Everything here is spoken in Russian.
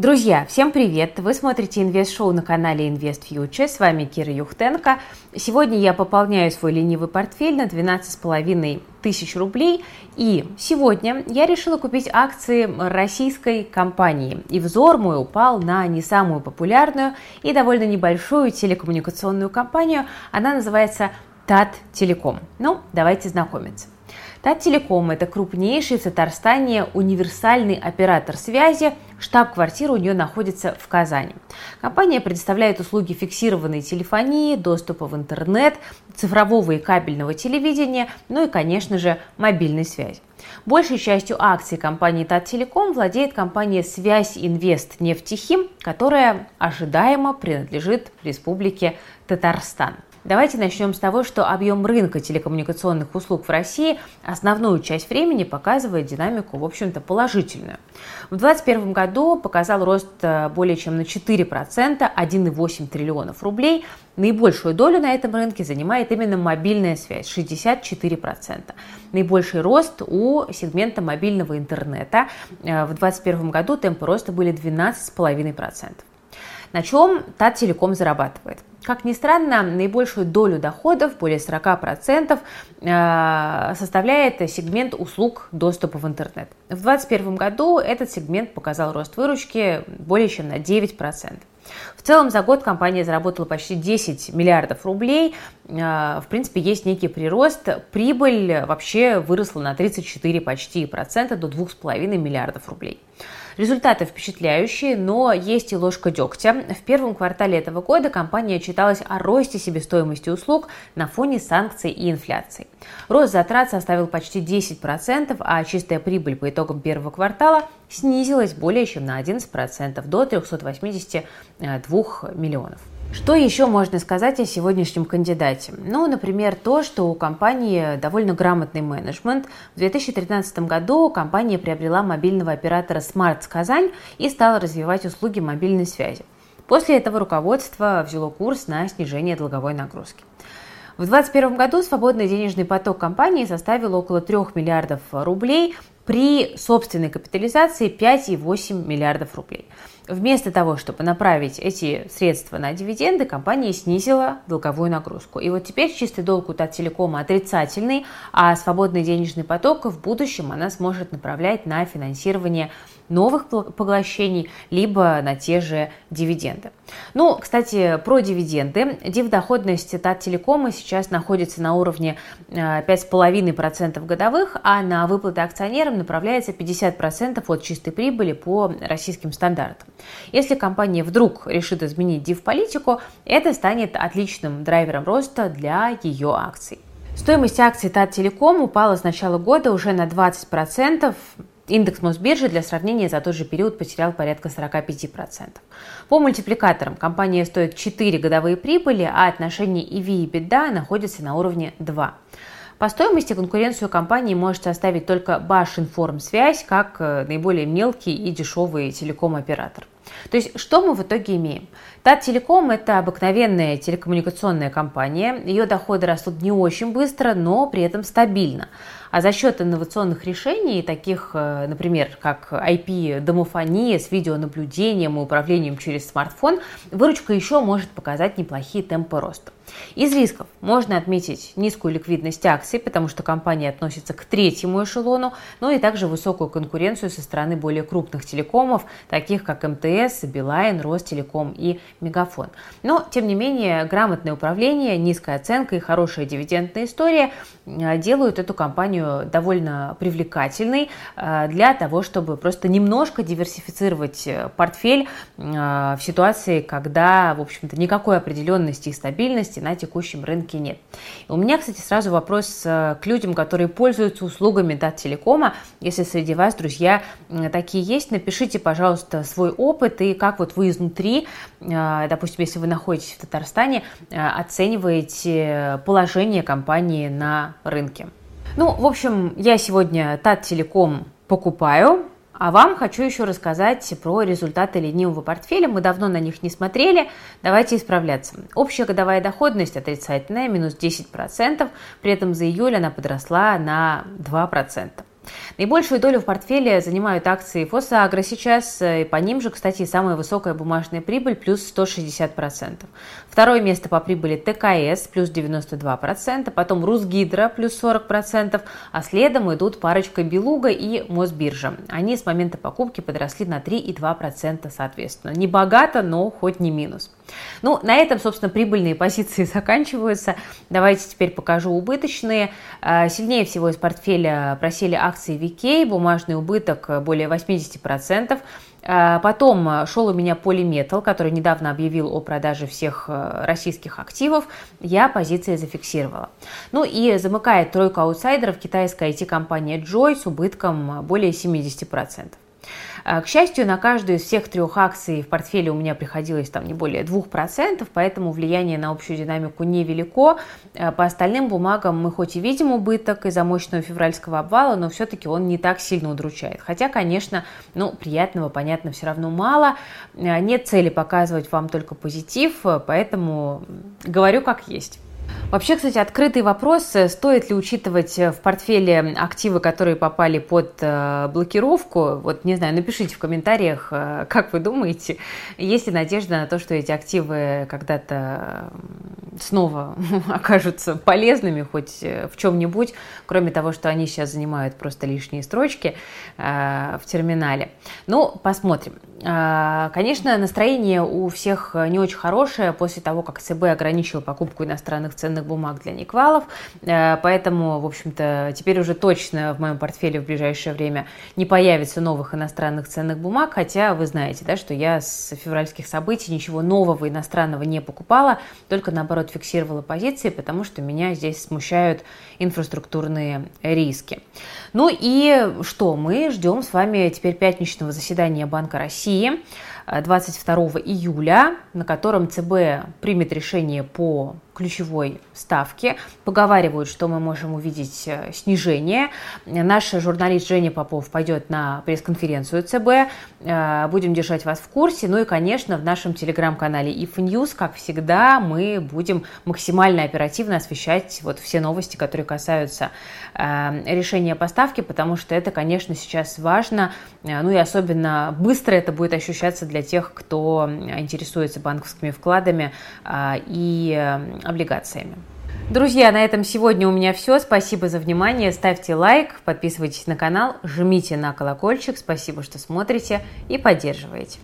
Друзья, всем привет! Вы смотрите Инвест-шоу на канале InvestFuture. С вами Кира Юхтенко. Сегодня я пополняю свой ленивый портфель на 12,5 тысяч рублей. И сегодня я решила купить акции российской компании. И взор мой упал на не самую популярную и довольно небольшую телекоммуникационную компанию. Она называется Таттелеком. Ну, давайте знакомиться. Таттелеком – это крупнейший в Татарстане универсальный оператор связи. Штаб-квартира у нее находится в Казани. Компания предоставляет услуги фиксированной телефонии, доступа в интернет, цифрового и кабельного телевидения, ну и, конечно же, мобильной связи. Большей частью акций компании Таттелеком владеет компания «Связь Инвест Нефтехим», которая ожидаемо принадлежит Республике Татарстан. Давайте начнем с того, что объем рынка телекоммуникационных услуг в России основную часть времени показывает динамику, в общем-то, положительную. В 2021 году показал рост более чем на 4%, 1,8 триллионов рублей. Наибольшую долю на этом рынке занимает именно мобильная связь – 64%. Наибольший рост у сегмента мобильного интернета. В 2021 году темпы роста были 12,5%. На чем Таттелеком зарабатывает? Как ни странно, наибольшую долю доходов, более 40%, составляет сегмент услуг доступа в интернет. В 2021 году этот сегмент показал рост выручки более чем на 9%. В целом за год компания заработала почти 10 миллиардов рублей. В принципе, есть некий прирост. Прибыль вообще выросла на 34 почти процента до 2,5 миллиардов рублей. Результаты впечатляющие, но есть и ложка дегтя. В первом квартале этого года компания отчиталась о росте себестоимости услуг на фоне санкций и инфляции. Рост затрат составил почти 10%, а чистая прибыль по итогам первого квартала снизилась более чем на 11% до 382 миллионов. Что еще можно сказать о сегодняшнем кандидате? Ну, например, то, что у компании довольно грамотный менеджмент. В 2013 году компания приобрела мобильного оператора Smart Казань и стала развивать услуги мобильной связи. После этого руководство взяло курс на снижение долговой нагрузки. В 2021 году свободный денежный поток компании составил около 3 миллиардов рублей при собственной капитализации 5,8 миллиардов рублей. Вместо того, чтобы направить эти средства на дивиденды, компания снизила долговую нагрузку. И вот теперь чистый долг у Таттелекома отрицательный, а свободный денежный поток в будущем она сможет направлять на финансирование новых поглощений, либо на те же дивиденды. Ну, кстати, про дивиденды. Дивдоходность Таттелекома сейчас находится на уровне 5,5% годовых, а на выплаты акционерам направляется 50% от чистой прибыли по российским стандартам. Если компания вдруг решит изменить див-политику, это станет отличным драйвером роста для ее акций. Стоимость акций Таттелеком упала с начала года уже на 20%. Индекс Мосбиржи для сравнения за тот же период потерял порядка 45%. По мультипликаторам компания стоит 4 годовые прибыли, а отношение EV/EBITDA находится на уровне 2. По стоимости конкуренцию компании может составить только Башинформсвязь, как наиболее мелкий и дешевый телеком-оператор. То есть, что мы в итоге имеем? Таттелеком – это обыкновенная телекоммуникационная компания. Ее доходы растут не очень быстро, но при этом стабильно. А за счет инновационных решений, таких, например, как IP-домофония с видеонаблюдением и управлением через смартфон, выручка еще может показать неплохие темпы роста. Из рисков можно отметить низкую ликвидность акций, потому что компания относится к третьему эшелону, но и также высокую конкуренцию со стороны более крупных телекомов, таких как МТС, Билайн, Ростелеком и Мегафон. Но, тем не менее, грамотное управление, низкая оценка и хорошая дивидендная история делают эту компанию довольно привлекательной для того, чтобы просто немножко диверсифицировать портфель в ситуации, когда, в общем-то, никакой определенности и стабильности на текущем рынке нет. У меня, кстати, сразу вопрос к людям, которые пользуются услугами Таттелекома. Если среди вас, друзья, такие есть, напишите, пожалуйста, свой опыт и как вот вы изнутри, допустим, если вы находитесь в Татарстане, оцениваете положение компании на рынке. Ну, в общем, я сегодня Таттелеком покупаю. А вам хочу еще рассказать про результаты ленивого портфеля. Мы давно на них не смотрели. Давайте исправляться. Общая годовая доходность отрицательная, минус 10%. При этом за июль она подросла на 2%. Наибольшую долю в портфеле занимают акции Фосагро сейчас, и по ним же, кстати, самая высокая бумажная прибыль, плюс 160%. Второе место по прибыли ТКС, плюс 92%, потом Русгидро, плюс 40%, а следом идут парочка Белуга и Мосбиржа. Они с момента покупки подросли на 3 и 2% соответственно. Не богато, но хоть не минус. Ну, на этом, собственно, прибыльные позиции заканчиваются. Давайте теперь покажу убыточные. Сильнее всего из портфеля просели акции VK, бумажный убыток более 80%. Потом шел у меня Polymetal, который недавно объявил о продаже всех российских активов. Я позиции зафиксировала. Ну и замыкает тройку аутсайдеров китайская IT-компания Joy с убытком более 70%. К счастью, на каждую из всех трех акций в портфеле у меня приходилось там не более 2%, поэтому влияние на общую динамику невелико. По остальным бумагам мы хоть и видим убыток из-за мощного февральского обвала, но все-таки он не так сильно удручает. Хотя, конечно, приятного, понятно, все равно мало. Нет цели показывать вам только позитив, поэтому говорю как есть. Вообще, кстати, открытый вопрос, стоит ли учитывать в портфеле активы, которые попали под блокировку. Вот, не знаю, напишите в комментариях, как вы думаете, есть ли надежда на то, что эти активы когда-то снова окажутся полезными хоть в чем-нибудь, кроме того, что они сейчас занимают просто лишние строчки в терминале. Ну, посмотрим. Конечно, настроение у всех не очень хорошее после того, как ЦБ ограничил покупку иностранных ценных бумаг для неквалов, поэтому, в общем-то, теперь уже точно в моем портфеле в ближайшее время не появится новых иностранных ценных бумаг, хотя вы знаете, да, что я с февральских событий ничего нового иностранного не покупала, только, наоборот, фиксировала позиции, потому что меня здесь смущают инфраструктурные риски. Ну и что? Мы ждем с вами теперь пятничного заседания Банка России 22 июля, на котором ЦБ примет решение по ключевой ставки. Поговаривают, что мы можем увидеть снижение. Наш журналист Женя Попов пойдет на пресс-конференцию ЦБ. Будем держать вас в курсе. Ну и, конечно, в нашем телеграм-канале IF News, как всегда, мы будем максимально оперативно освещать вот все новости, которые касаются решения по ставке, потому что это, конечно, сейчас важно. Ну и особенно быстро это будет ощущаться для тех, кто интересуется банковскими вкладами и облигациями. Друзья, на этом сегодня у меня все. Спасибо за внимание. Ставьте лайк, подписывайтесь на канал, жмите на колокольчик. Спасибо, что смотрите и поддерживаете.